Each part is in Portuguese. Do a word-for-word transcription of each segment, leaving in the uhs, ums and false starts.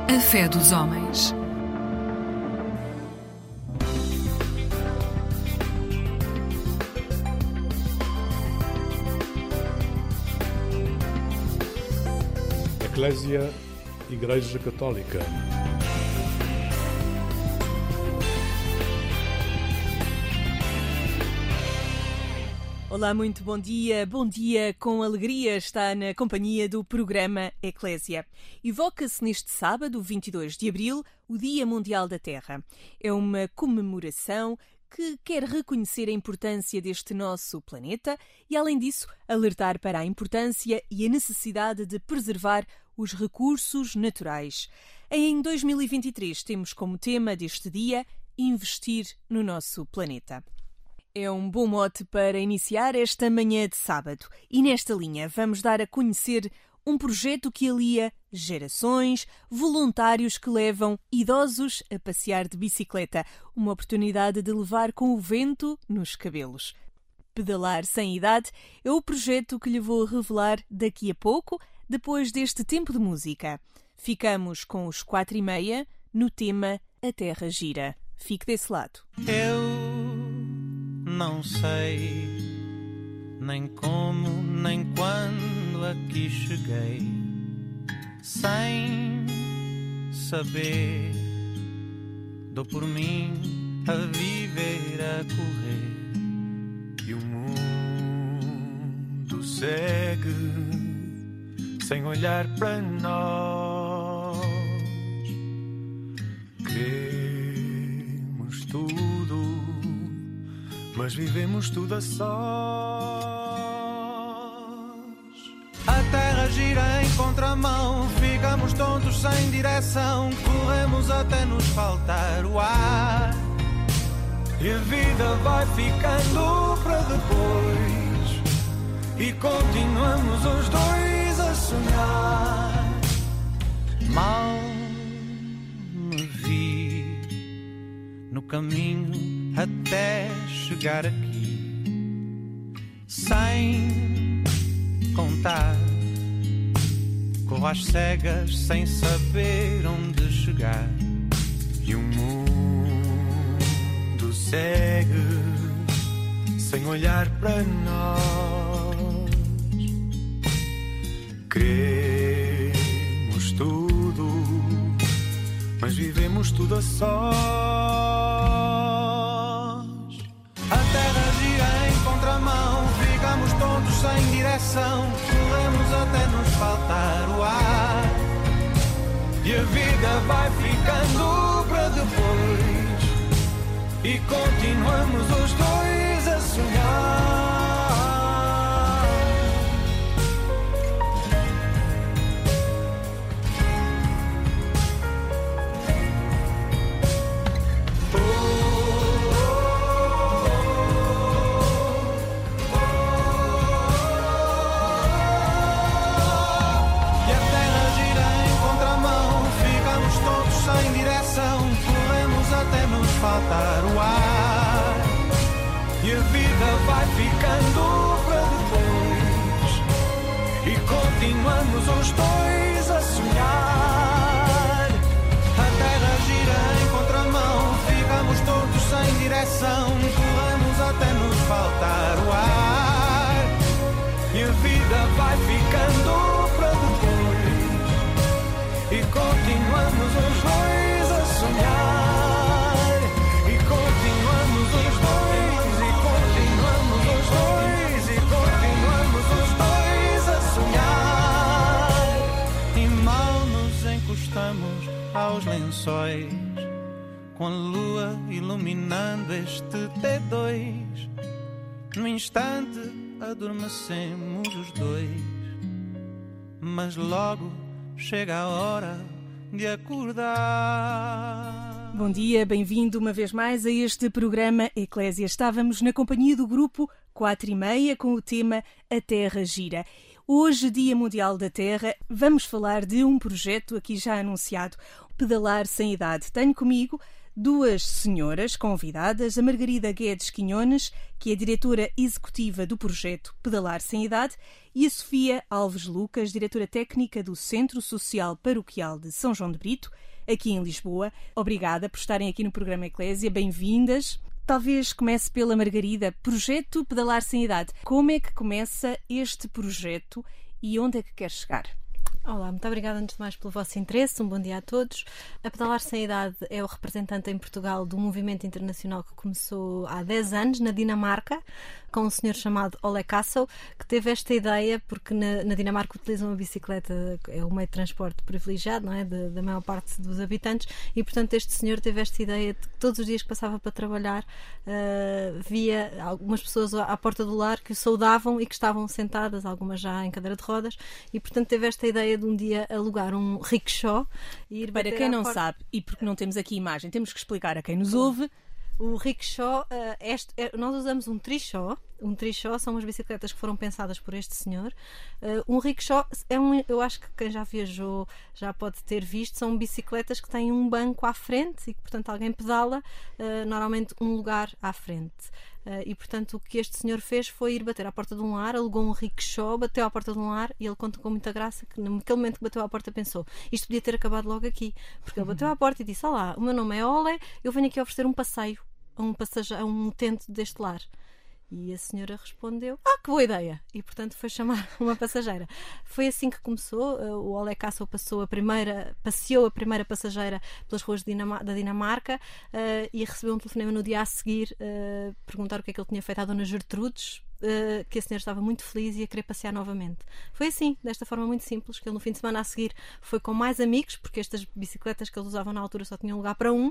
A fé dos homens. Eclésia, Igreja Católica. Olá, muito bom dia. Bom dia, com alegria está na companhia do programa Eclésia. Evoca-se neste sábado, vinte e dois de abril, o Dia Mundial da Terra. É uma comemoração que quer reconhecer a importância deste nosso planeta e, além disso, alertar para a importância e a necessidade de preservar os recursos naturais. Em dois mil e vinte e três temos como tema deste dia investir no nosso planeta. É um bom mote para iniciar esta manhã de sábado. E nesta linha vamos dar a conhecer um projeto que alia gerações, voluntários que levam idosos a passear de bicicleta. Uma oportunidade de levar com o vento nos cabelos. Pedalar Sem Idade é o projeto que lhe vou revelar daqui a pouco, depois deste tempo de música. Ficamos com os quatro e meia no tema A Terra Gira. Fique desse lado. Eu não sei nem como, nem quando aqui cheguei, sem saber, dou por mim a viver, a correr, e o mundo segue sem olhar para nós. Queremos tudo, mas vivemos tudo a sós. A terra gira em contramão, ficamos tontos sem direção, corremos até nos faltar o ar. E a vida vai ficando para depois, e continuamos os dois a sonhar. Mal me vi no caminho até chegar aqui, sem contar, corro às cegas sem saber onde chegar. E o mundo segue sem olhar para nós. Queremos tudo, mas vivemos tudo a sós. A terra gira em contramão, ficamos todos sem direção, corremos até nos faltar o ar. E a vida vai ficando para depois, e continuamos os dois a sonhar. Faltar o ar, e a vida vai ficando para depois, e continuamos os dois a sonhar. A terra gira em contramão, ficamos todos sem direção, corremos até nos faltar o ar. E a vida vai ficando para depois, e continuamos os dois a sonhar. Encostamos aos lençóis, com a lua iluminando este T dois. No instante adormecemos os dois, mas logo chega a hora de acordar. Bom dia, bem-vindo uma vez mais a este programa Eclésia. Estávamos na companhia do grupo quatro e meia com o tema A Terra Gira. Hoje, Dia Mundial da Terra, vamos falar de um projeto aqui já anunciado, Pedalar Sem Idade. Tenho comigo duas senhoras convidadas, a Margarida Guedes Quinhones, que é diretora executiva do projeto Pedalar Sem Idade, e a Sofia Alves Lucas, diretora técnica do Centro Social Paroquial de São João de Brito, aqui em Lisboa. Obrigada por estarem aqui no programa Eclésia, bem-vindas. Talvez comece pela Margarida. Projeto Pedalar Sem Idade. Como é que começa este projeto e onde é que quer chegar? Olá, muito obrigada antes de mais pelo vosso interesse, um bom dia a todos. A Pedalar Sem Idade é o representante em Portugal de um movimento internacional que começou há dez anos na Dinamarca, com um senhor chamado Ole Castle, que teve esta ideia porque na, na Dinamarca utilizam a bicicleta, é o meio de transporte privilegiado, não é? De, da maior parte dos habitantes, e portanto este senhor teve esta ideia de que todos os dias que passava para trabalhar uh, via algumas pessoas à porta do lar que o saudavam e que estavam sentadas, algumas já em cadeira de rodas, e portanto teve esta ideia de um dia alugar um rickshaw e ir Para bater quem à não porta. sabe, e porque não temos aqui imagem, temos que explicar a quem nos ouve. O rickshaw, uh, este, é, nós usamos um trishaw. Um trishaw são umas bicicletas que foram pensadas por este senhor. Uh, um rickshaw é um, eu acho que quem já viajou já pode ter visto, são bicicletas que têm um banco à frente e que, portanto, alguém pedala, uh, normalmente um lugar à frente. Uh, e, portanto, o que este senhor fez foi ir bater à porta de um lar, alugou um rickshaw, bateu à porta de um lar e ele conta com muita graça que naquele momento que bateu à porta pensou, isto podia ter acabado logo aqui, porque ele bateu à porta e disse, olá, o meu nome é Ole, eu venho aqui oferecer um passeio a um, passageiro, a um utente deste lar. E a senhora respondeu, ah, que boa ideia! E, portanto, foi chamar uma passageira. Foi assim que começou. O Ole Castle passou a primeira, passeou a primeira passageira pelas ruas de Dinamar- da Dinamarca uh, e recebeu um telefonema no dia a seguir, uh, perguntar o que é que ele tinha feito à dona Gertrudes, Uh, que a senhora estava muito feliz e ia querer passear novamente. Foi assim, desta forma muito simples, que ele no fim de semana a seguir foi com mais amigos, porque estas bicicletas que eles usavam na altura só tinham lugar para um, uh,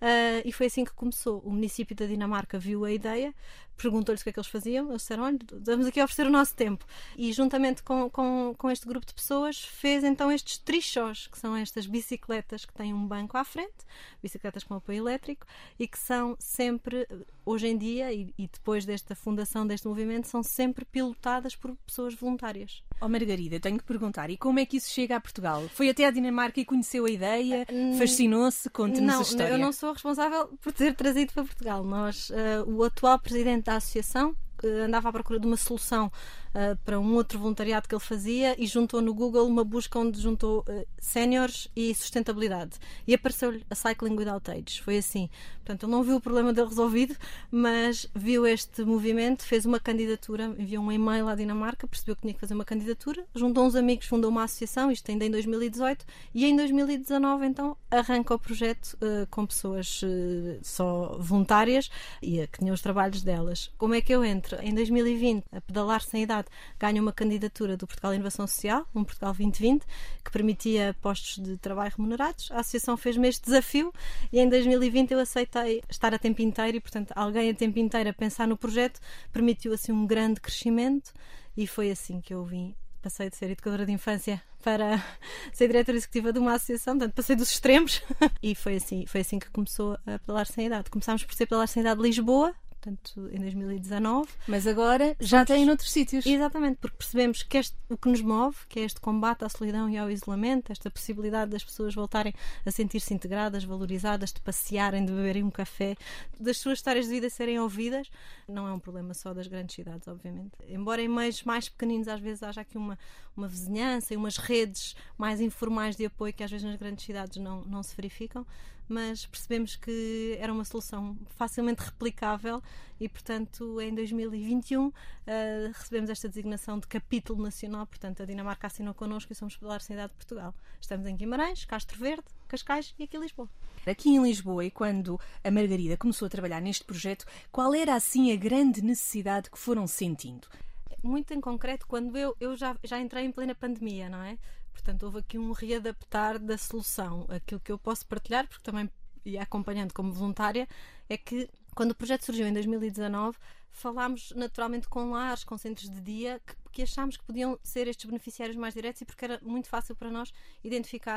e foi assim que começou. O município da Dinamarca viu a ideia, perguntou-lhes o que é que eles faziam, eles disseram, olha, vamos aqui oferecer o nosso tempo. E juntamente com, com, com este grupo de pessoas fez então estes trishaws, que são estas bicicletas que têm um banco à frente, bicicletas com apoio elétrico, e que são sempre, hoje em dia, e, e depois desta fundação deste movimento, são sempre pilotadas por pessoas voluntárias. Oh Margarida, tenho que perguntar, e como é que isso chega a Portugal? Foi até à Dinamarca e conheceu a ideia? Fascinou-se? Conte-nos não, a história. Eu não sou responsável por ter trazido para Portugal. Nós, uh, o atual presidente da associação uh, andava à procura de uma solução uh, para um outro voluntariado que ele fazia e juntou no Google uma busca onde juntou uh, séniores e sustentabilidade. E apareceu-lhe a Cycling Without Age. Foi assim. Portanto, ele não viu o problema dele resolvido, mas viu este movimento, fez uma candidatura, enviou um e-mail à Dinamarca, percebeu que tinha que fazer uma candidatura, juntou uns amigos, fundou uma associação, isto ainda em dois mil e dezoito, e em dois mil e dezanove, então, arranca o projeto uh, com pessoas uh, só voluntárias e uh, que tinham os trabalhos delas. Como é que eu entro? Em dois mil e vinte, a Pedalar Sem Idade ganha uma candidatura do Portugal Inovação Social, um Portugal vinte vinte, que permitia postos de trabalho remunerados. A associação fez-me este desafio e em dois mil e vinte eu aceitei estar a tempo inteiro e, portanto, alguém a tempo inteiro a pensar no projeto permitiu assim um grande crescimento e foi assim que eu vim. Passei de ser educadora de infância para ser diretora executiva de uma associação, portanto passei dos extremos e foi assim, foi assim que começou a Pedalar Sem Idade. Começámos por ser Pedalar Sem Idade Lisboa, portanto, em dois mil e dezanove. Mas agora já tem noutros sítios. Exatamente, porque percebemos que este, o que nos move, que é este combate à solidão e ao isolamento, esta possibilidade das pessoas voltarem a sentir-se integradas, valorizadas, de passearem, de beberem um café, das suas histórias de vida serem ouvidas, não é um problema só das grandes cidades, obviamente. Embora em meios mais pequeninos às vezes haja aqui uma, uma vizinhança e umas redes mais informais de apoio que às vezes nas grandes cidades não, não se verificam, mas percebemos que era uma solução facilmente replicável e, portanto, em dois mil e vinte e um uh, recebemos esta designação de capítulo nacional, portanto, a Dinamarca assinou connosco e somos Pedalar Sem Idade de Portugal. Estamos em Guimarães, Castro Verde, Cascais e aqui em Lisboa. Aqui em Lisboa, e quando a Margarida começou a trabalhar neste projeto, qual era assim a grande necessidade que foram sentindo? Muito em concreto, quando eu, eu já, já entrei em plena pandemia, não é? Portanto, houve aqui um readaptar da solução. Aquilo que eu posso partilhar, porque também ia acompanhando como voluntária, é que quando o projeto surgiu em dois mil e dezanove, falámos naturalmente com lares, com centros de dia, que, que achámos que podiam ser estes beneficiários mais diretos e porque era muito fácil para nós identificar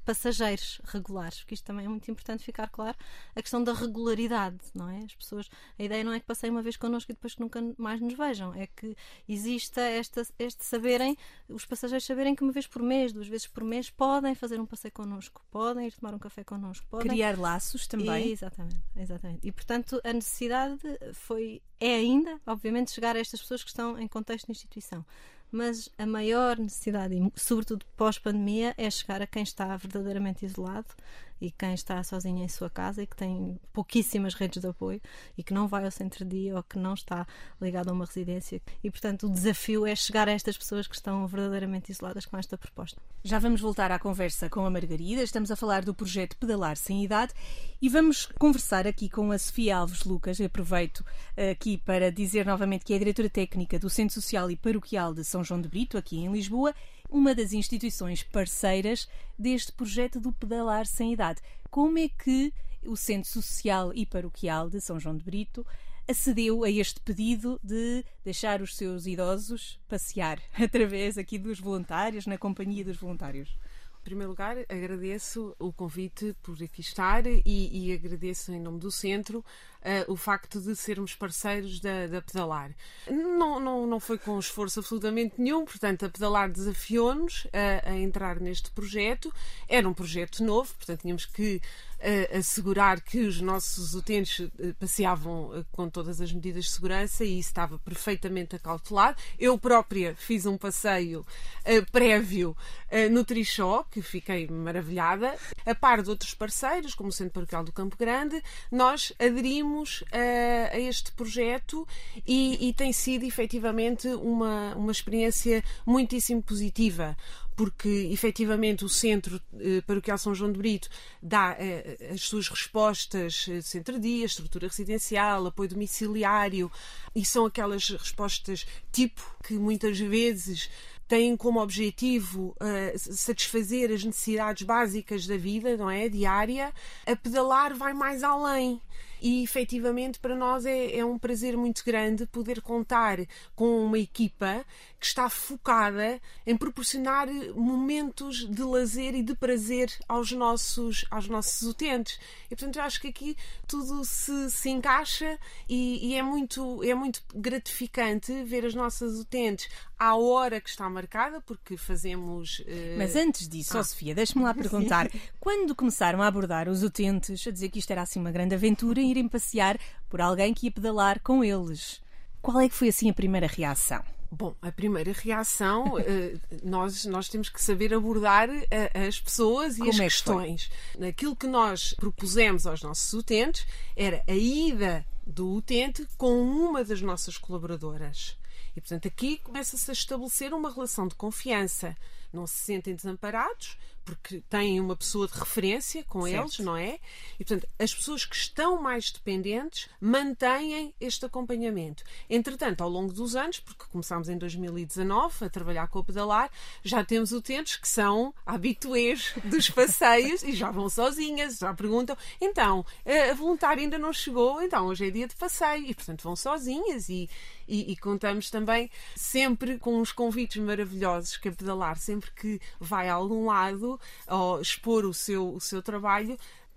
passageiros regulares, porque isto também é muito importante ficar claro, a questão da regularidade, não é? As pessoas, a ideia não é que passem uma vez connosco e depois que nunca mais nos vejam, é que exista esta, este saberem, os passageiros saberem que uma vez por mês, duas vezes por mês, podem fazer um passeio connosco, podem ir tomar um café connosco, podem... Criar laços também. E, exatamente, exatamente. E, portanto, a necessidade foi, é ainda, obviamente, chegar a estas pessoas que estão em contexto de instituição. Mas a maior necessidade, e sobretudo pós-pandemia, é chegar a quem está verdadeiramente isolado e quem está sozinho em sua casa e que tem pouquíssimas redes de apoio e que não vai ao centro-dia ou que não está ligado a uma residência. E, portanto, o desafio é chegar a estas pessoas que estão verdadeiramente isoladas com esta proposta. Já vamos voltar à conversa com a Margarida. Estamos a falar do projeto Pedalar Sem Idade e vamos conversar aqui com a Sofia Alves Lucas. Eu aproveito aqui para dizer novamente que é a diretora técnica do Centro Social e Paroquial de São João de Brito, aqui em Lisboa, uma das instituições parceiras deste projeto do Pedalar Sem Idade. Como é que o Centro Social e Paroquial de São João de Brito acedeu a este pedido de deixar os seus idosos passear através aqui dos voluntários, na companhia dos voluntários? Em primeiro lugar, agradeço o convite por aqui estar e, e agradeço em nome do Centro uh, o facto de sermos parceiros da, da Pedalar. Não, não, não foi com esforço absolutamente nenhum, portanto a Pedalar desafiou-nos a, a entrar neste projeto. Era um projeto novo, portanto tínhamos que uh, assegurar que os nossos utentes uh, passeavam uh, com todas as medidas de segurança e isso estava perfeitamente acautelado. Eu própria fiz um passeio uh, prévio uh, no Trixó, que fiquei maravilhada. A par de outros parceiros, como o Centro Paroquial do Campo Grande, nós aderimos a, a este projeto e, e tem sido efetivamente uma, uma experiência muitíssimo positiva, porque efetivamente o Centro eh, Paroquial São João de Brito dá eh, as suas respostas de centro-dia, estrutura residencial, apoio domiciliário, e são aquelas respostas tipo que muitas vezes têm como objetivo uh, satisfazer as necessidades básicas da vida, não é? Diária. A Pedalar vai mais além. E, efetivamente, para nós é, é um prazer muito grande poder contar com uma equipa que está focada em proporcionar momentos de lazer e de prazer aos nossos, aos nossos utentes. E, portanto, eu acho que aqui tudo se, se encaixa e, e é, muito, é muito gratificante ver as nossas utentes à hora que está marcada, porque fazemos... Uh... Mas antes disso, ah. oh, Sofia, deixa-me lá perguntar, quando começaram a abordar os utentes, a dizer que isto era assim uma grande aventura, irem passear por alguém que ia pedalar com eles, qual é que foi assim a primeira reação? Bom, a primeira reação, nós, nós temos que saber abordar as pessoas e Como as é que questões. Foi? Aquilo que nós propusemos aos nossos utentes era a ida do utente com uma das nossas colaboradoras. E, portanto, aqui começa-se a estabelecer uma relação de confiança. Não se sentem desamparados, porque têm uma pessoa de referência com certo. Eles, não é? E, portanto, as pessoas que estão mais dependentes mantêm este acompanhamento. Entretanto, ao longo dos anos, porque começámos em dois mil e dezanove a trabalhar com o Pedalar, já temos utentes que são habituês dos passeios e já vão sozinhas, já perguntam, então, a voluntária ainda não chegou, então hoje é dia de passeio, e, portanto, vão sozinhas e, e, e contamos também sempre com uns convites maravilhosos que a Pedalar, sempre que vai a algum lado, ou expor o seu, o seu trabalho,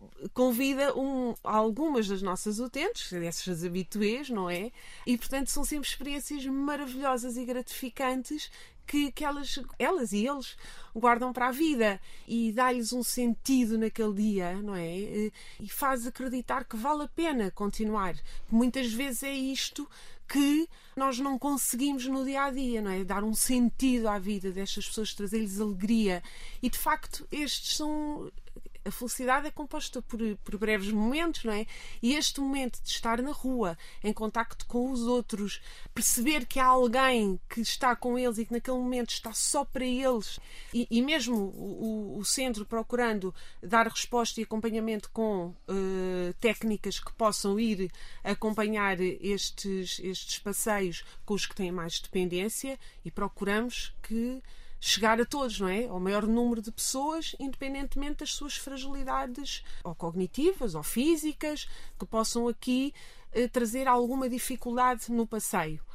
convida um, algumas das nossas utentes, dessas habituês, não é? E, portanto, são sempre experiências maravilhosas e gratificantes que, que elas, elas e eles guardam para a vida e dá-lhes um sentido naquele dia, não é? E faz acreditar que vale a pena continuar. Muitas vezes é isto que nós não conseguimos no dia-a-dia, não é? Dar um sentido à vida destas pessoas, trazer-lhes alegria. E, de facto, estes são... A felicidade é composta por, por breves momentos, não é? E este momento de estar na rua, em contacto com os outros, perceber que há alguém que está com eles e que naquele momento está só para eles, e, e mesmo o, o centro procurando dar resposta e acompanhamento com uh, técnicas que possam ir acompanhar estes, estes passeios com os que têm mais dependência, e procuramos que chegar a todos, não é? Ao maior número de pessoas, independentemente das suas fragilidades, ou cognitivas, ou físicas, que possam aqui eh, trazer alguma dificuldade no passeio.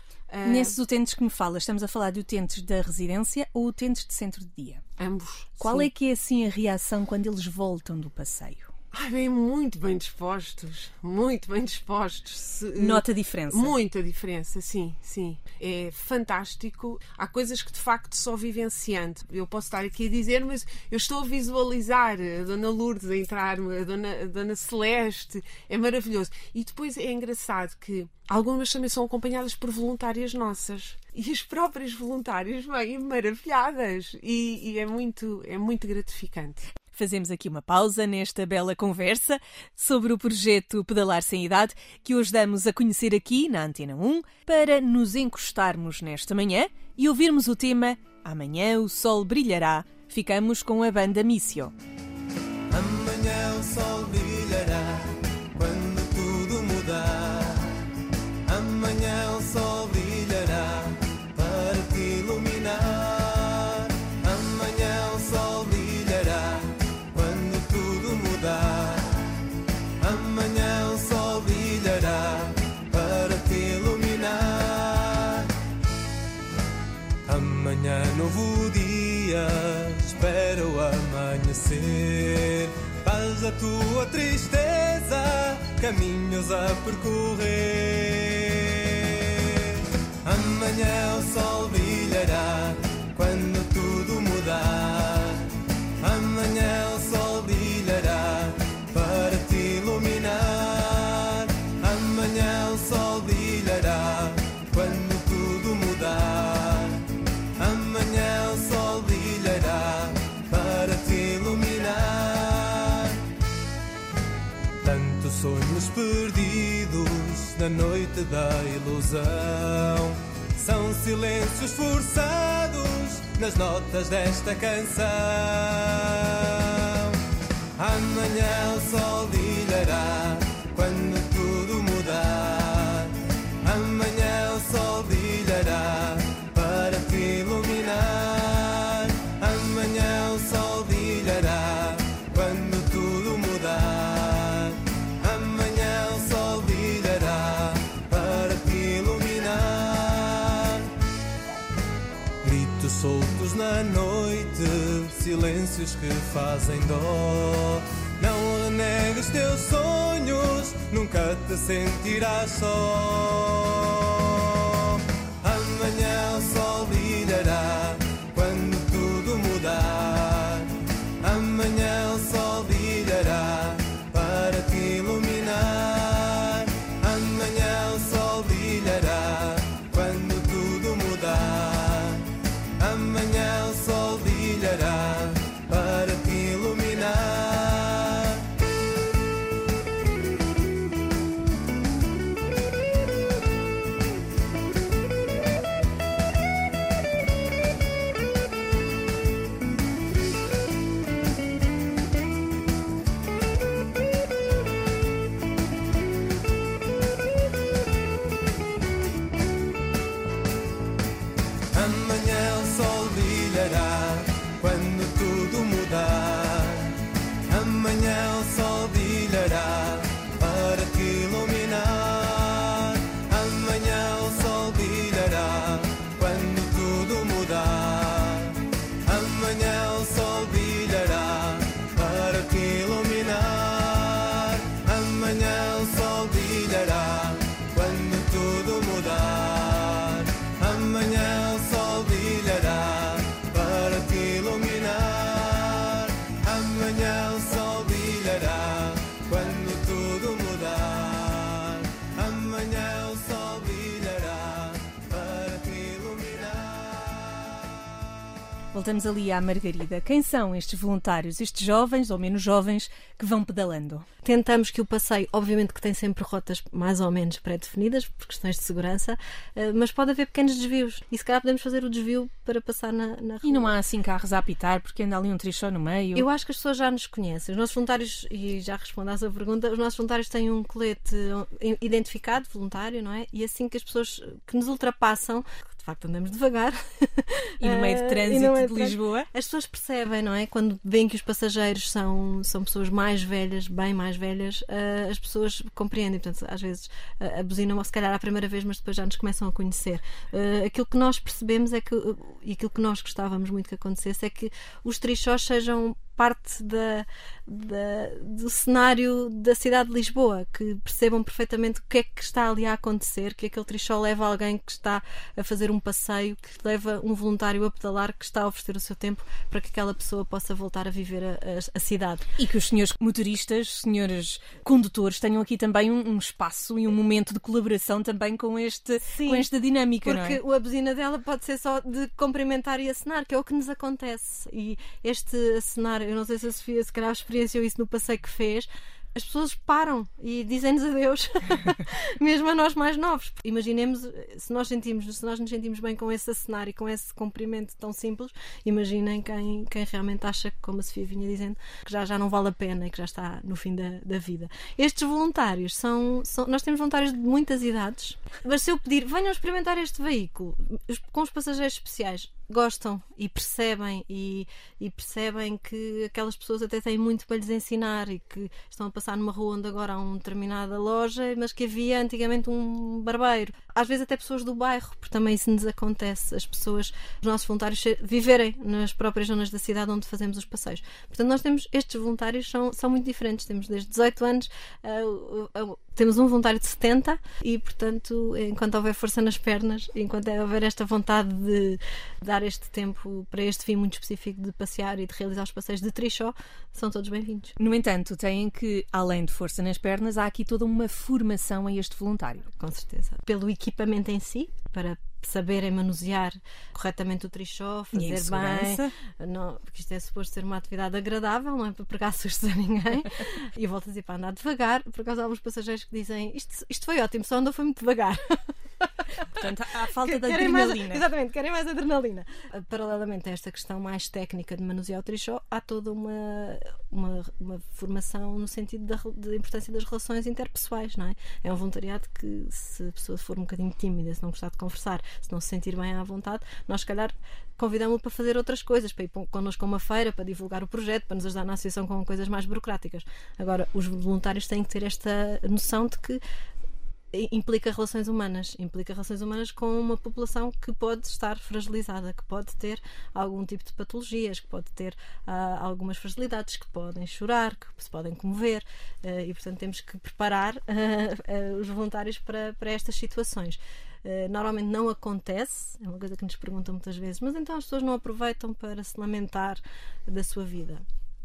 Uh, Nesses utentes que me fala, estamos a falar de utentes da residência ou utentes de centro de dia? Ambos. Qual sim. é que é assim a reação quando eles voltam do passeio? Ai, bem, muito bem dispostos, muito bem dispostos. Se, Nota a diferença? Muita diferença, sim, sim. É fantástico. Há coisas que de facto só vivenciando. Eu posso estar aqui a dizer, mas eu estou a visualizar a Dona Lourdes a entrar, a Dona, a Dona Celeste, é maravilhoso. E depois é engraçado que algumas também são acompanhadas por voluntárias nossas. E as próprias voluntárias vêm maravilhadas. E, e é, muito, é muito gratificante. Fazemos aqui uma pausa nesta bela conversa sobre o projeto Pedalar Sem Idade, que hoje damos a conhecer aqui na Antena um, para nos encostarmos nesta manhã e ouvirmos o tema Amanhã o Sol Brilhará. Ficamos com a banda Missio. Amanhã o sol brilhará quando tudo mudar. Amanhã o sol brilhará para te iluminar. Amanhã o sol brilhará quando tudo mudar. Amanhã o sol brilhará para te iluminar. Amanhã novo dia, espera o amanhecer. Faz a tua tristeza caminhos a percorrer. Amanhã o sol brilhará quando tudo mudar. Amanhã o sol brilhará para te iluminar. Amanhã o sol brilhará quando tudo mudar. Amanhã o sol brilhará para te iluminar. Tantos sonhos perdidos na noite da ilusão são silêncios forçados nas notas desta canção. Amanhã o sol brilhará quando tudo mudar. Amanhã o sol brilhará para te iluminar. Amanhã o sol brilhará quando tudo mudar. Amanhã o sol brilhará para te iluminar. Gritos soltos na noite, silêncios que fazem dó. Não renegues teus sonhos, nunca te sentirás só. Amanhã o sol brilhará quando tudo mudar. Amanhã o sol brilhará para te iluminar. Amanhã o sol brilhará quando tudo mudar. Amanhã o sol brilhará para te iluminar. Amanhã o sol brilhará quando tudo mudar. Amanhã o sol brilhará para te iluminar. Amanhã o sol brilhará quando tudo mudar. Amanhã o sol brilhará para te iluminar. Amanhã o sol brilhará quando tudo mudar. Amanhã o sol brilhará para te iluminar. Amanhã o sol brilhará quando tudo mudar. Amanhã o sol brilhará para te iluminar. Voltamos ali à Margarida. Quem são estes voluntários, estes jovens ou menos jovens que vão pedalando? Tentamos que o passeio, obviamente que tem sempre rotas mais ou menos pré-definidas por questões de segurança, mas pode haver pequenos desvios e se calhar podemos fazer o desvio para passar na, na rua. E não há assim carros a apitar porque anda ali um trichó no meio? Eu acho que as pessoas já nos conhecem. Os nossos voluntários, e já respondo à sua pergunta, os nossos voluntários têm um colete identificado, voluntário, não é? E assim que as pessoas que nos ultrapassam, que de facto andamos devagar. E no meio de trânsito meio de, de Lisboa. As pessoas percebem, não é? Quando veem que os passageiros são, são pessoas mais velhas, bem mais velhas, uh, as pessoas compreendem. Portanto, às vezes uh, abusinam, se calhar à primeira vez, mas depois já nos começam a conhecer. Uh, aquilo que nós percebemos é que, uh, e aquilo que nós gostávamos muito que acontecesse, é que os trichós sejam parte da, da, do cenário da cidade de Lisboa, que percebam perfeitamente o que é que está ali a acontecer, que aquele trichó leva alguém que está a fazer um passeio, que leva um voluntário a pedalar, que está a oferecer o seu tempo para que aquela pessoa possa voltar a viver a, a, a cidade. E que os senhores motoristas, senhores condutores, tenham aqui também um, um espaço e um momento de colaboração também com, este, Sim, com esta dinâmica, não é? Porque a buzina dela pode ser só de cumprimentar e acenar, que é o que nos acontece. E este acenar, eu não sei se a Sofia se calhar experienciou isso no passeio que fez, as pessoas param e dizem-nos adeus, mesmo a nós mais novos. Imaginemos, se nós, sentimos, se nós nos sentimos bem com esse acenar e com esse cumprimento tão simples, imaginem quem, quem realmente acha, como a Sofia vinha dizendo, que já, já não vale a pena e que já está no fim da, da vida. Estes voluntários são, são... Nós temos voluntários de muitas idades, mas se eu pedir, venham experimentar este veículo, com os passageiros especiais, gostam e percebem e, e percebem que aquelas pessoas até têm muito para lhes ensinar e que estão a passar numa rua onde agora há uma determinada loja, mas que havia antigamente um barbeiro. Às vezes até pessoas do bairro, porque também isso nos acontece, as pessoas, os nossos voluntários viverem nas próprias zonas da cidade onde fazemos os passeios. Portanto, nós temos, estes voluntários são, são muito diferentes, temos desde dezoito anos, uh, uh, uh, temos um voluntário de setenta e, portanto, enquanto houver força nas pernas, enquanto houver esta vontade de dar este tempo para este fim muito específico de passear e de realizar os passeios de trichó, são todos bem-vindos. No entanto, têm que, além de força nas pernas, há aqui toda uma formação a este voluntário. Com certeza. Pelo equipamento em si, para saberem manusear corretamente o trichó, fazer bem, não, porque isto é suposto ser uma atividade agradável, não é para pregar sustos a ninguém. E eu volto a dizer para andar devagar, por acaso há alguns passageiros que dizem isto, isto foi ótimo, só andou foi muito devagar. Portanto, há falta de adrenalina. Mais, exatamente, querem mais adrenalina. Paralelamente a esta questão mais técnica de manusear o trichó, há toda uma, uma, uma formação no sentido da, da importância das relações interpessoais, não é? É um voluntariado que, se a pessoa for um bocadinho tímida, se não gostar de conversar, se não se sentir bem à vontade, nós, se calhar, convidamos-lo para fazer outras coisas, para ir connosco a uma feira, para divulgar o projeto, para nos ajudar na associação com coisas mais burocráticas. Agora, os voluntários têm que ter esta noção de que implica relações humanas, implica relações humanas com uma população que pode estar fragilizada, que pode ter algum tipo de patologias, que pode ter uh, algumas fragilidades, que podem chorar, que se podem comover, uh, e portanto temos que preparar uh, uh, os voluntários para, para estas situações. Uh, normalmente não acontece, é uma coisa que nos perguntam muitas vezes, mas então as pessoas não aproveitam para se lamentar da sua vida.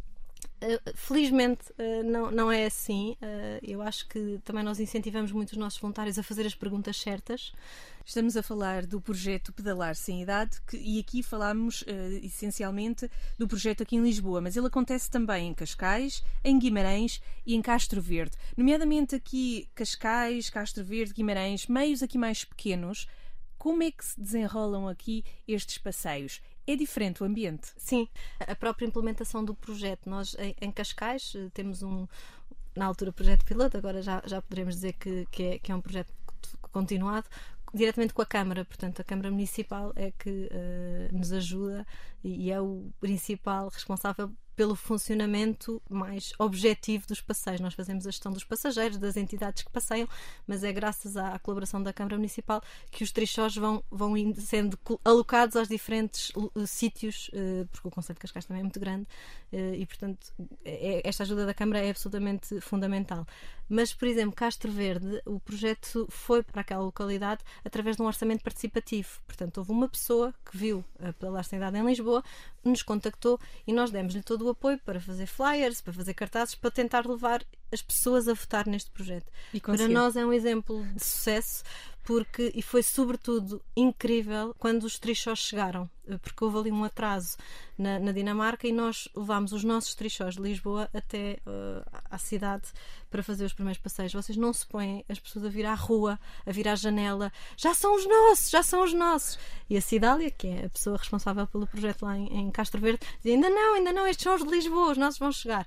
Felizmente não, não é assim. Eu acho que também nós incentivamos muito os nossos voluntários a fazer as perguntas certas. Estamos a falar do projeto Pedalar Sem Idade, que, e aqui falámos uh, essencialmente do projeto aqui em Lisboa, mas ele acontece também em Cascais, em Guimarães e em Castro Verde. Nomeadamente aqui Cascais, Castro Verde, Guimarães, meios aqui mais pequenos. Como é que se desenrolam aqui estes passeios? É diferente o ambiente? Sim, a própria implementação do projeto. Nós, em, em Cascais, temos um, na altura, projeto piloto, agora já, já poderemos dizer que, que, é, que é um projeto continuado, diretamente com a Câmara. Portanto, a Câmara Municipal é que uh, nos ajuda e, e é o principal responsável pelo funcionamento mais objetivo dos passeios. Nós fazemos a gestão dos passageiros, das entidades que passeiam, mas é graças à colaboração da Câmara Municipal que os trichós vão, vão sendo alocados aos diferentes uh, sítios, uh, porque o Concelho de Cascais também é muito grande, uh, e portanto é, esta ajuda da Câmara é absolutamente fundamental. Mas, por exemplo, Castro Verde, o projeto foi para aquela localidade através de um orçamento participativo. Portanto, houve uma pessoa que viu a Pedalar Sem Idade em Lisboa, nos contactou e nós demos-lhe todo o apoio para fazer flyers, para fazer cartazes, para tentar levar as pessoas a votar neste projeto. E para nós é um exemplo de sucesso, porque, e foi sobretudo incrível quando os trichós chegaram, porque houve ali um atraso na, na Dinamarca e nós levámos os nossos trichós de Lisboa até uh, à cidade para fazer os primeiros passeios. Vocês não se põem as pessoas a vir à rua, a vir à janela, já são os nossos, já são os nossos. E a Cidália, que é a pessoa responsável pelo projeto lá em, em Castro Verde, dizia, ainda não, ainda não, estes são os de Lisboa, os nossos vão chegar.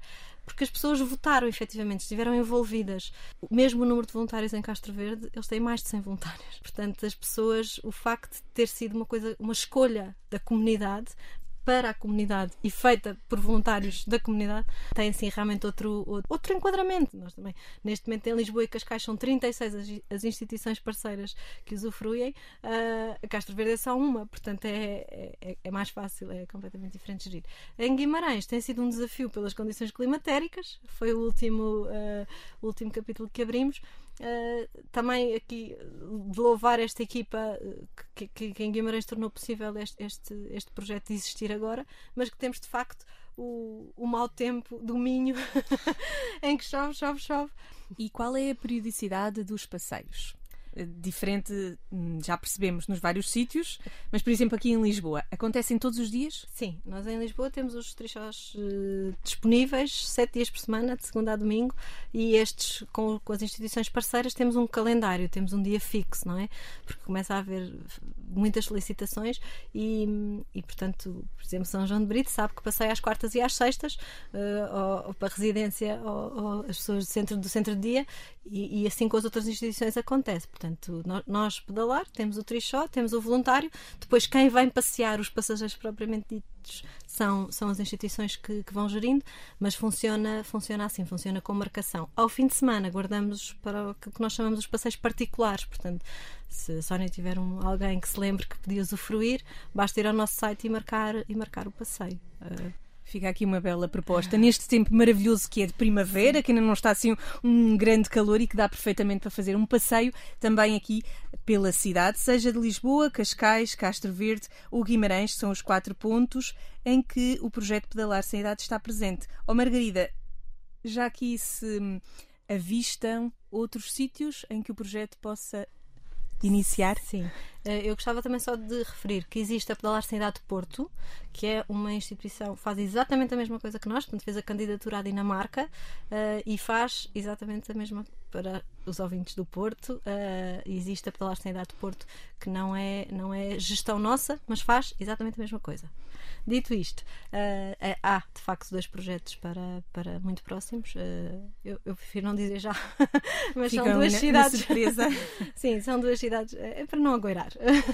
porque as pessoas votaram efetivamente, estiveram envolvidas. Mesmo o número de voluntários em Castro Verde, eles têm mais de cem voluntários. Portanto, as pessoas, o facto de ter sido uma coisa, uma escolha da comunidade, para a comunidade e feita por voluntários da comunidade, tem assim realmente outro, outro, outro enquadramento. Nós também, neste momento, em Lisboa e Cascais são trinta e seis as, as instituições parceiras que usufruem, uh, a Castro Verde é só uma, portanto é, é, é mais fácil, é completamente diferente de gerir. Em Guimarães tem sido um desafio pelas condições climatéricas, foi o último, uh, o último capítulo que abrimos. Uh, também aqui de louvar esta equipa que, que, que em Guimarães tornou possível este, este, este projeto de existir agora, mas que temos de facto o, o mau tempo do Minho em que chove, chove, chove. E qual é a periodicidade dos passeios? Diferente, já percebemos, nos vários sítios, mas, por exemplo, aqui em Lisboa, acontecem todos os dias? Sim, nós em Lisboa temos os trichós uh, disponíveis sete dias por semana, de segunda a domingo, e estes, com, com as instituições parceiras, temos um calendário, temos um dia fixo, não é? Porque começa a haver muitas solicitações e, e portanto, por exemplo, São João de Brito sabe que passeia às quartas e às sextas, uh, ou, ou para residência, ou, ou as pessoas do centro, do centro de dia, e, e assim com as outras instituições acontece. Portanto, Portanto, nós pedalar, temos o trichó, temos o voluntário, depois quem vem passear, os passageiros propriamente ditos, são, são as instituições que, que vão gerindo, mas funciona, funciona assim, funciona com marcação. Ao fim de semana guardamos para o que nós chamamos os passeios particulares, portanto, se a Sónia tiver um, alguém que se lembre que podia usufruir, basta ir ao nosso site e marcar, e marcar o passeio. Uh, Fica aqui uma bela proposta. Neste tempo maravilhoso que é de primavera, que ainda não está assim um grande calor e que dá perfeitamente para fazer um passeio também aqui pela cidade, seja de Lisboa, Cascais, Castro Verde ou Guimarães, são os quatro pontos em que o projeto Pedalar Sem Idade está presente. Ó Margarida, já aqui se avistam outros sítios em que o projeto possa iniciar? Sim. Eu gostava também só de referir que existe a Pedalar Sem Idade Porto, que é uma instituição que faz exatamente a mesma coisa que nós, portanto fez a candidatura à Dinamarca uh, e faz exatamente a mesma para os ouvintes do Porto. Uh, existe a Pedalar Sem Idade Porto, que não é, não é gestão nossa, mas faz exatamente a mesma coisa. Dito isto, uh, é, há de facto dois projetos para, para muito próximos. Uh, eu, eu prefiro não dizer já, mas Ficam são duas na, cidades. Na surpresa. Sim, são duas cidades, é para não agoirar.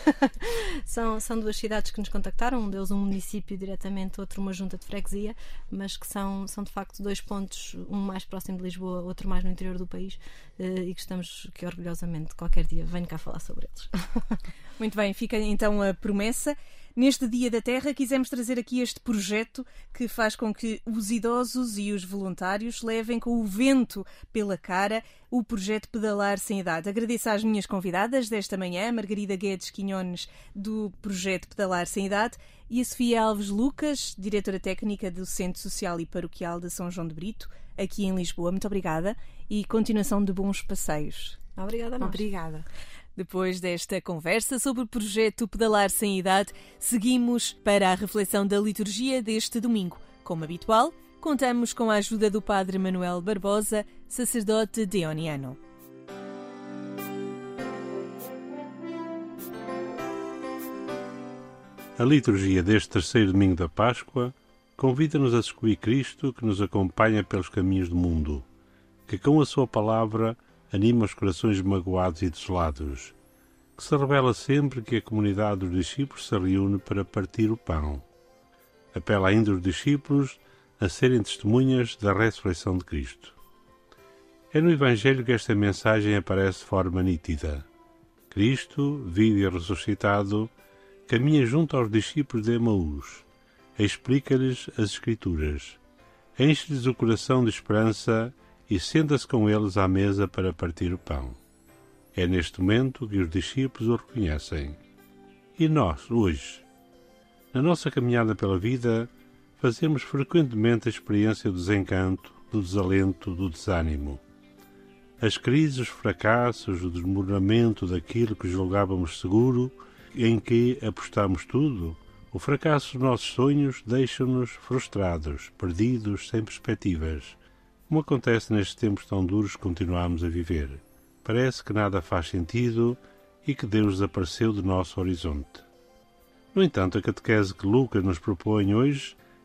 são, são duas cidades que nos contactaram, um deles um município diretamente, outro uma junta de freguesia, mas que são, são de facto dois pontos, um mais próximo de Lisboa, outro mais no interior do país, uh, e que estamos, que orgulhosamente qualquer dia venho cá falar sobre eles. Muito bem, fica então a promessa. Neste Dia da Terra quisemos trazer aqui este projeto que faz com que os idosos e os voluntários levem com o vento pela cara o projeto Pedalar Sem Idade. Agradeço às minhas convidadas desta manhã, Margarida Guedes Quinhones, do projeto Pedalar Sem Idade, e a Sofia Alves Lucas, diretora técnica do Centro Social e Paroquial de São João de Brito, aqui em Lisboa. Muito obrigada e continuação de bons passeios. Obrigada a nós. Obrigada. Depois desta conversa sobre o projeto Pedalar Sem Idade, seguimos para a reflexão da liturgia deste domingo. Como habitual, contamos com a ajuda do Padre Manuel Barbosa, sacerdote deoniano. A liturgia deste terceiro domingo da Páscoa convida-nos a descobrir Cristo que nos acompanha pelos caminhos do mundo, que com a sua palavra anima os corações magoados e desolados, que se revela sempre que a comunidade dos discípulos se reúne para partir o pão. Apela ainda os discípulos a serem testemunhas da ressurreição de Cristo. É no Evangelho que esta mensagem aparece de forma nítida. Cristo, vivo e ressuscitado, caminha junto aos discípulos de Emaús, explica-lhes as Escrituras, enche-lhes o coração de esperança e senta-se com eles à mesa para partir o pão. É neste momento que os discípulos o reconhecem. E nós, hoje, na nossa caminhada pela vida, fazemos frequentemente a experiência do desencanto, do desalento, do desânimo. As crises, os fracassos, o desmoronamento daquilo que julgávamos seguro, em que apostamos tudo, o fracasso dos nossos sonhos deixa-nos frustrados, perdidos, sem perspectivas. Como acontece nestes tempos tão duros que continuamos a viver. Parece que nada faz sentido e que Deus desapareceu do nosso horizonte. No entanto, a catequese que Lucas nos propõe hoje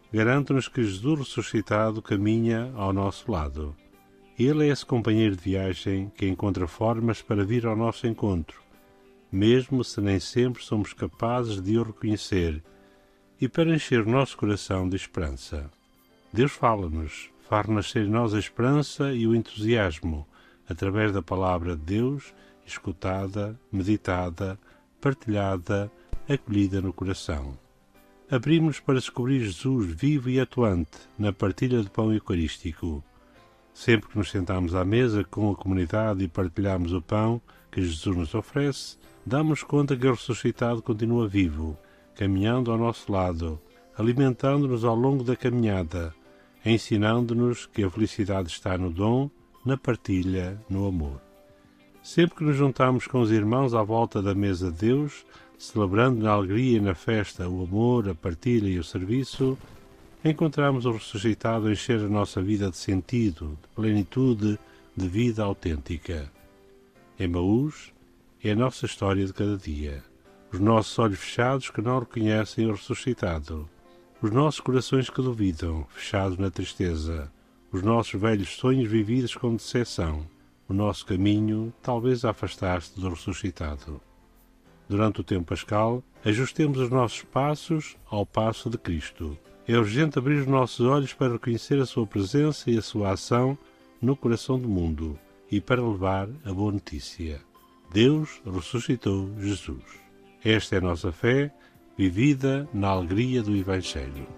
garante-nos que Jesus ressuscitado caminha ao nosso lado. Ele é esse companheiro de viagem que encontra formas para vir ao nosso encontro, mesmo se nem sempre somos capazes de o reconhecer, e para encher o nosso coração de esperança. Deus fala-nos, faz nascer em nós a esperança e o entusiasmo, através da palavra de Deus, escutada, meditada, partilhada, acolhida no coração. Abrimos para descobrir Jesus vivo e atuante na partilha do pão eucarístico. Sempre que nos sentamos à mesa com a comunidade e partilhamos o pão que Jesus nos oferece, damos conta que o ressuscitado continua vivo, caminhando ao nosso lado, alimentando-nos ao longo da caminhada, ensinando-nos que a felicidade está no dom, na partilha, no amor. Sempre que nos juntamos com os irmãos à volta da mesa de Deus, celebrando na alegria e na festa o amor, a partilha e o serviço, encontramos o ressuscitado a encher a nossa vida de sentido, de plenitude, de vida autêntica. Emaús é a nossa história de cada dia. Os nossos olhos fechados que não reconhecem o ressuscitado. Os nossos corações que duvidam, fechados na tristeza. Os nossos velhos sonhos vividos com decepção. O nosso caminho, talvez a afastar-se do ressuscitado. Durante o tempo pascal, ajustemos os nossos passos ao passo de Cristo. É urgente abrir os nossos olhos para reconhecer a sua presença e a sua ação no coração do mundo e para levar a boa notícia. Deus ressuscitou Jesus. Esta é a nossa fé, vivida na alegria do Evangelho.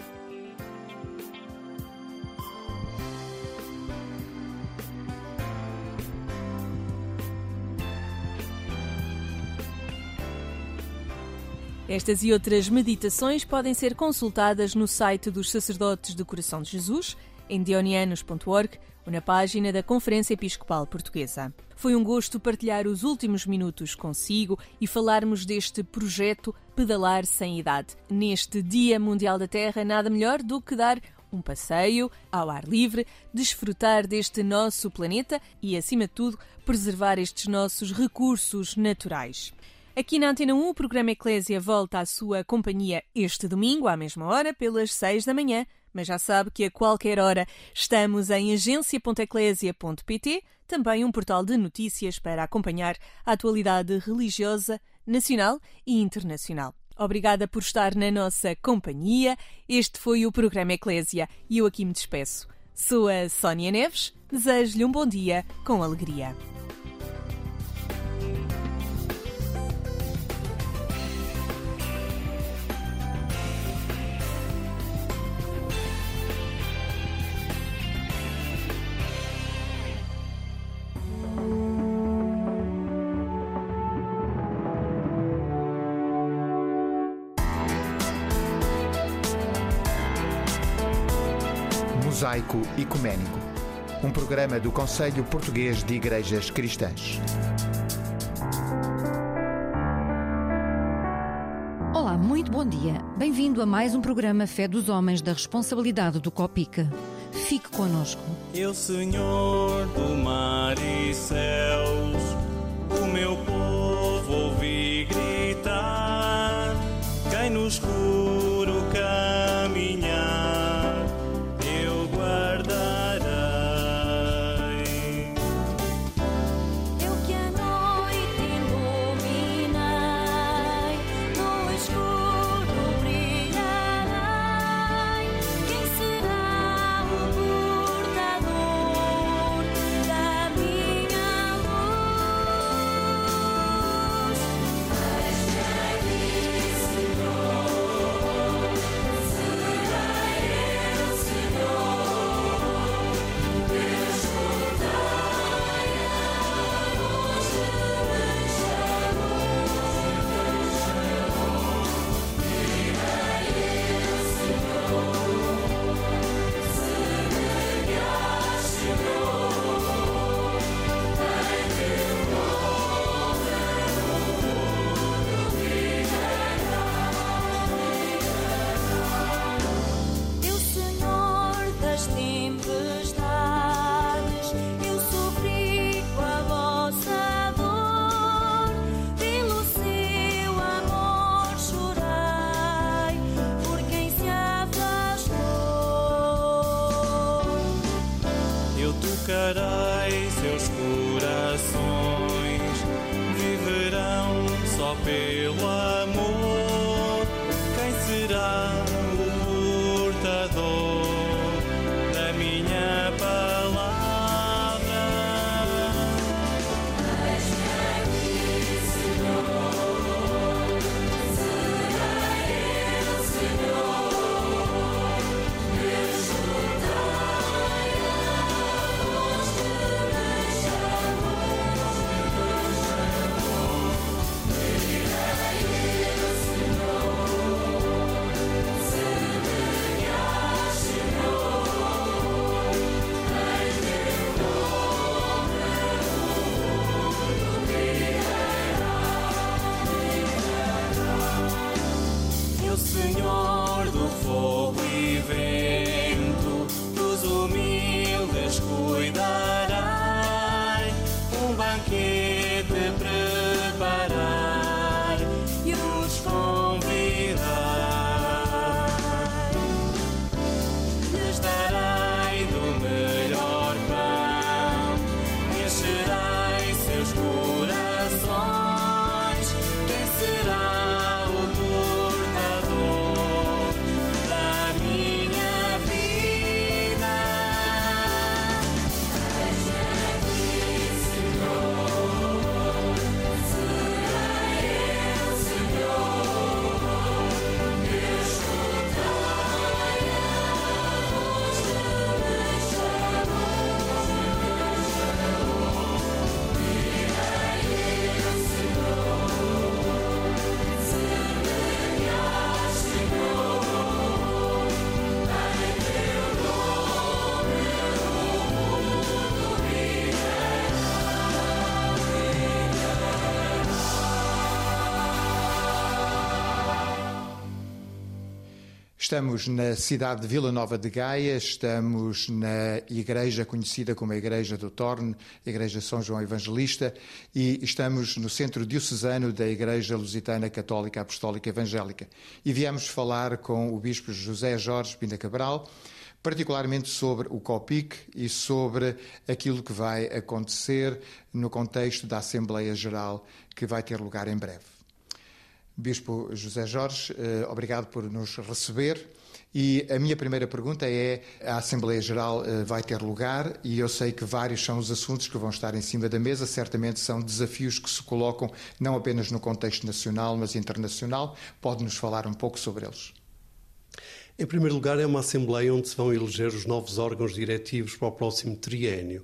Estas e outras meditações podem ser consultadas no site dos Sacerdotes do Coração de Jesus, em dionianos ponto org, ou na página da Conferência Episcopal Portuguesa. Foi um gosto partilhar os últimos minutos consigo e falarmos deste projeto Pedalar Sem Idade. Neste Dia Mundial da Terra, nada melhor do que dar um passeio ao ar livre, desfrutar deste nosso planeta e, acima de tudo, preservar estes nossos recursos naturais. Aqui na Antena um, o programa Eclésia volta à sua companhia este domingo, à mesma hora, pelas seis da manhã. Mas já sabe que a qualquer hora estamos em agência ponto eclésia ponto pt, também um portal de notícias para acompanhar a atualidade religiosa, nacional e internacional. Obrigada por estar na nossa companhia. Este foi o programa Eclésia e eu aqui me despeço. Sou a Sónia Neves, desejo-lhe um bom dia com alegria. Mosaico Ecuménico, um programa do Conselho Português de Igrejas Cristãs. Olá, muito bom dia. Bem-vindo a mais um programa Fé dos Homens da responsabilidade do COPIC. Fique connosco. Eu, Senhor do mar e céus, o meu povo ouvi gritar, quem no escuro caminhar, eu guardarei. Eu que a noite iluminei, no escuro brilharei. Quem será o portador da minha luz? tocarei seus corações, viverão só pelo amor. Quem será o portador da minha palavra? Senhor do fogo e vento, dos humildes cuidarei, um banquete preparar e os convidar. Lhes darei do melhor pão, encherei seus corações. Quem será o Estamos na cidade de Vila Nova de Gaia, estamos na igreja conhecida como a Igreja do Torne, a Igreja São João Evangelista, e estamos no centro diocesano da Igreja Lusitana Católica Apostólica Evangélica. E viemos falar com o Bispo José Jorge Pinda Cabral, particularmente sobre o COPIC e sobre aquilo que vai acontecer no contexto da Assembleia Geral que vai ter lugar em breve. Bispo José Jorge, obrigado por nos receber. E a minha primeira pergunta é: a Assembleia Geral vai ter lugar e eu sei que vários são os assuntos que vão estar em cima da mesa, certamente são desafios que se colocam não apenas no contexto nacional, mas internacional. Pode-nos falar um pouco sobre eles? Em primeiro lugar, é uma Assembleia onde se vão eleger os novos órgãos diretivos para o próximo triênio.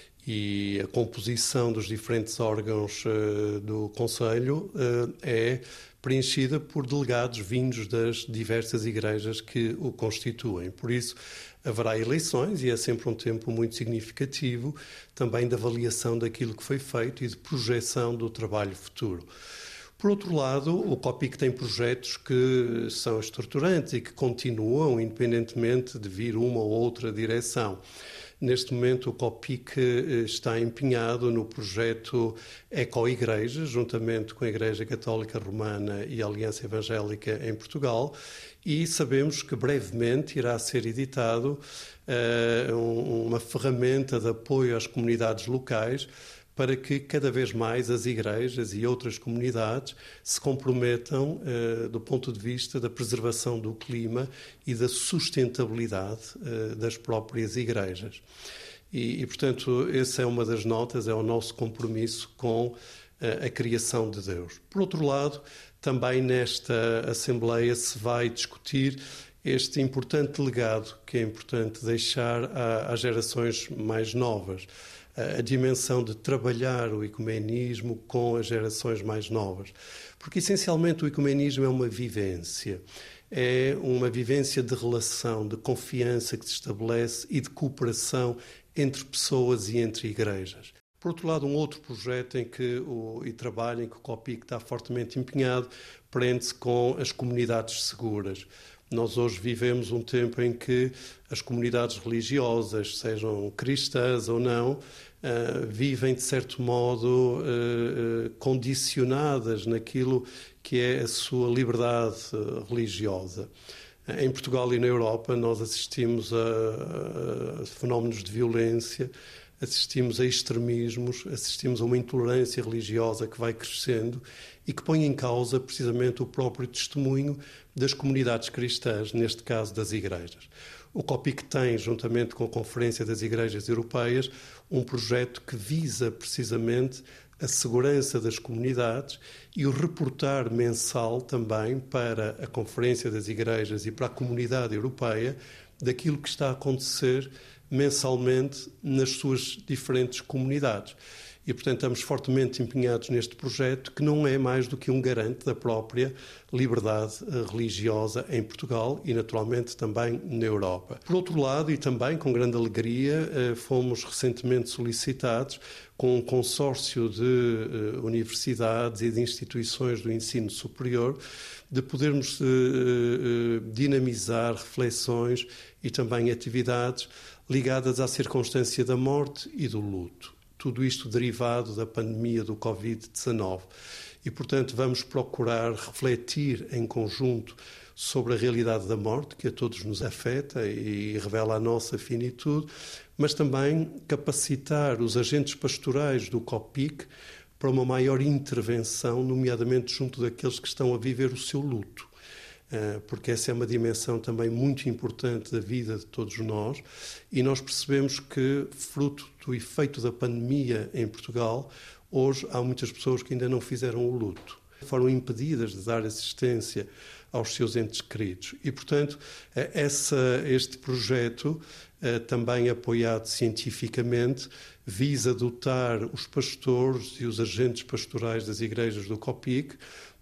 E a composição dos diferentes órgãos uh, do Conselho uh, é preenchida por delegados vindos das diversas igrejas que o constituem. Por isso, haverá eleições e é sempre um tempo muito significativo também de avaliação daquilo que foi feito e de projeção do trabalho futuro. Por outro lado, o COPIC tem projetos que são estruturantes e que continuam independentemente de vir uma ou outra direção. Neste momento, o COPIC está empenhado no projeto Eco-Igreja, juntamente com a Igreja Católica Romana e a Aliança Evangélica em Portugal, e sabemos que brevemente irá ser editado uh, uma ferramenta de apoio às comunidades locais para que cada vez mais as igrejas e outras comunidades se comprometam uh, do ponto de vista da preservação do clima e da sustentabilidade uh, das próprias igrejas. E, e, portanto, essa é uma das notas, é o nosso compromisso com uh, a criação de Deus. Por outro lado, também nesta Assembleia se vai discutir este importante legado que é importante deixar às gerações mais novas. A dimensão de trabalhar o ecumenismo com as gerações mais novas. Porque, essencialmente, o ecumenismo é uma vivência. É uma vivência de relação, de confiança que se estabelece e de cooperação entre pessoas e entre igrejas. Por outro lado, um outro projeto em que o, e trabalho em que o COPIC está fortemente empenhado prende-se com as comunidades seguras. Nós hoje vivemos um tempo em que as comunidades religiosas, sejam cristãs ou não, uh, vivem, de certo modo, uh, uh, condicionadas naquilo que é a sua liberdade uh, religiosa. Em Portugal e na Europa nós assistimos a, a fenómenos de violência, assistimos a extremismos, assistimos a uma intolerância religiosa que vai crescendo e que põe em causa precisamente o próprio testemunho das comunidades cristãs, neste caso das igrejas. O COPIC tem, juntamente com a Conferência das Igrejas Europeias, um projeto que visa precisamente a segurança das comunidades e o reportar mensal também para a Conferência das Igrejas e para a Comunidade Europeia daquilo que está a acontecer mensalmente nas suas diferentes comunidades. E, portanto, estamos fortemente empenhados neste projeto, que não é mais do que um garante da própria liberdade religiosa em Portugal e, naturalmente, também na Europa. Por outro lado, e também com grande alegria, fomos recentemente solicitados com um consórcio de universidades e de instituições do ensino superior de podermos dinamizar reflexões e também atividades ligadas à circunstância da morte e do luto. Tudo isto derivado da pandemia do covid dezanove. E, portanto, vamos procurar refletir em conjunto sobre a realidade da morte, que a todos nos afeta e revela a nossa finitude, mas também capacitar os agentes pastorais do COPIC para uma maior intervenção, nomeadamente junto daqueles que estão a viver o seu luto. Porque essa é uma dimensão também muito importante da vida de todos nós e nós percebemos que, fruto do efeito da pandemia em Portugal, hoje há muitas pessoas que ainda não fizeram o luto, foram impedidas de dar assistência aos seus entes queridos. E, portanto, essa, este projeto, também apoiado cientificamente, visa dotar os pastores e os agentes pastorais das igrejas do COPIC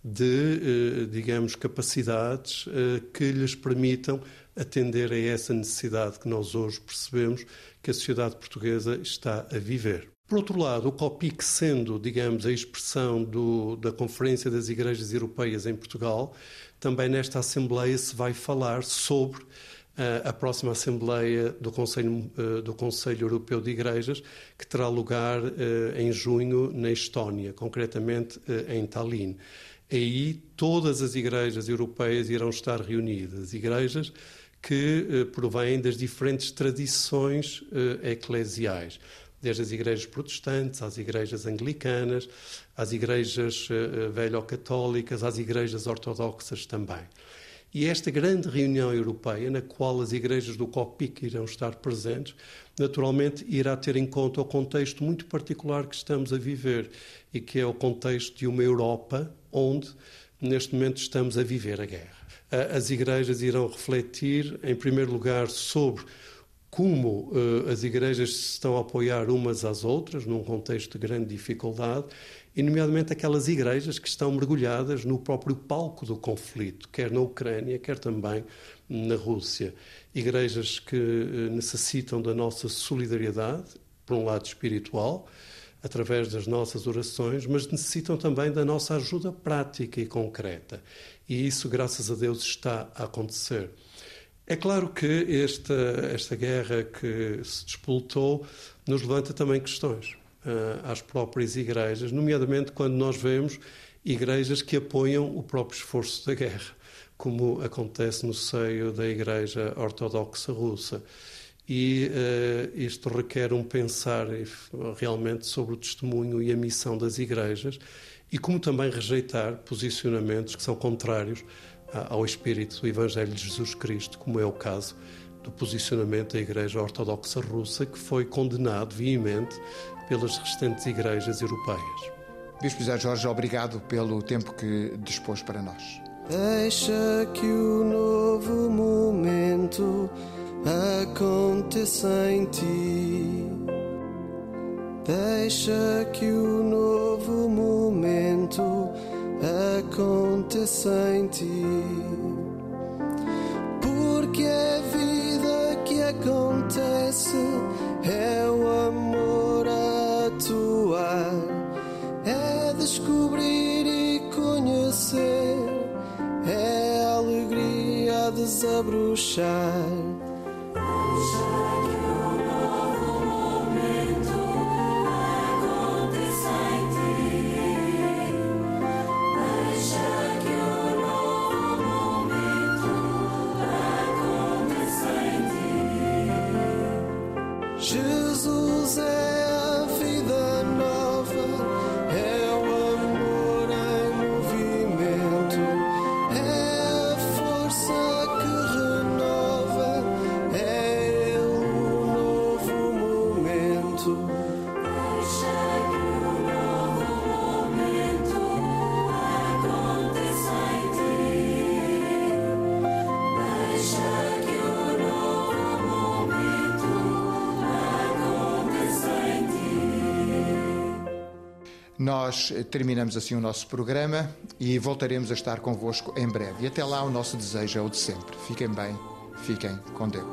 de, digamos, capacidades que lhes permitam atender a essa necessidade que nós hoje percebemos que a sociedade portuguesa está a viver. Por outro lado, o COPIC, sendo, digamos, a expressão do, da Conferência das Igrejas Europeias em Portugal, também nesta Assembleia se vai falar sobre a próxima Assembleia do Conselho, do Conselho Europeu de Igrejas, que terá lugar em junho na Estónia, concretamente em Tallinn. Aí todas as igrejas europeias irão estar reunidas, igrejas que provêm das diferentes tradições eclesiais, desde as igrejas protestantes, às igrejas anglicanas, às igrejas velho-católicas, às igrejas ortodoxas também. E esta grande reunião europeia, na qual as igrejas do COPIC irão estar presentes, naturalmente irá ter em conta o contexto muito particular que estamos a viver e que é o contexto de uma Europa onde, neste momento, estamos a viver a guerra. As igrejas irão refletir, em primeiro lugar, sobre como uh, as igrejas se estão a apoiar umas às outras, num contexto de grande dificuldade, e nomeadamente aquelas igrejas que estão mergulhadas no próprio palco do conflito, quer na Ucrânia, quer também na Rússia. Igrejas que uh, necessitam da nossa solidariedade, por um lado espiritual, através das nossas orações, mas necessitam também da nossa ajuda prática e concreta. E isso, graças a Deus, está a acontecer. É claro que esta, esta guerra que se despoltou nos levanta também questões uh, às próprias igrejas, nomeadamente quando nós vemos igrejas que apoiam o próprio esforço da guerra, como acontece no seio da Igreja Ortodoxa Russa. E uh, isto requer um pensar realmente sobre o testemunho e a missão das igrejas e como também rejeitar posicionamentos que são contrários ao espírito do Evangelho de Jesus Cristo, como é o caso do posicionamento da Igreja Ortodoxa Russa, que foi condenado veemente pelas restantes igrejas europeias. Bispo José Jorge, obrigado pelo tempo que dispôs para nós. Deixa que o novo momento aconteça em ti. Deixa que o novo momento aconteça em ti, porque a vida que acontece é o amor a atuar, é descobrir e conhecer, é a alegria a desabrochar. Jesus é a vida nova, é o amor em movimento, é a força que renova, é Ele o novo momento. Deixa que o novo momento aconteça em ti. Deixa que o novo momento aconteça em ti. Nós terminamos assim o nosso programa e voltaremos a estar convosco em breve. E até lá o nosso desejo é o de sempre. Fiquem bem, fiquem com Deus.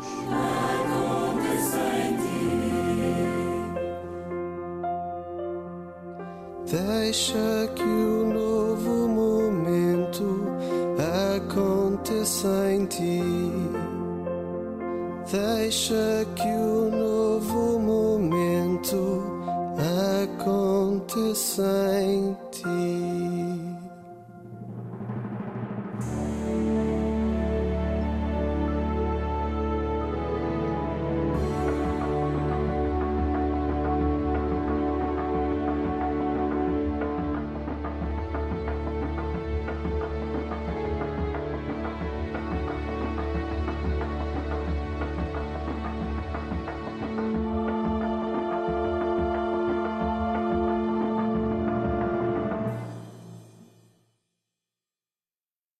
Deixa que o novo momento aconteça em ti. Deixa que o novo momento aconteça em ti.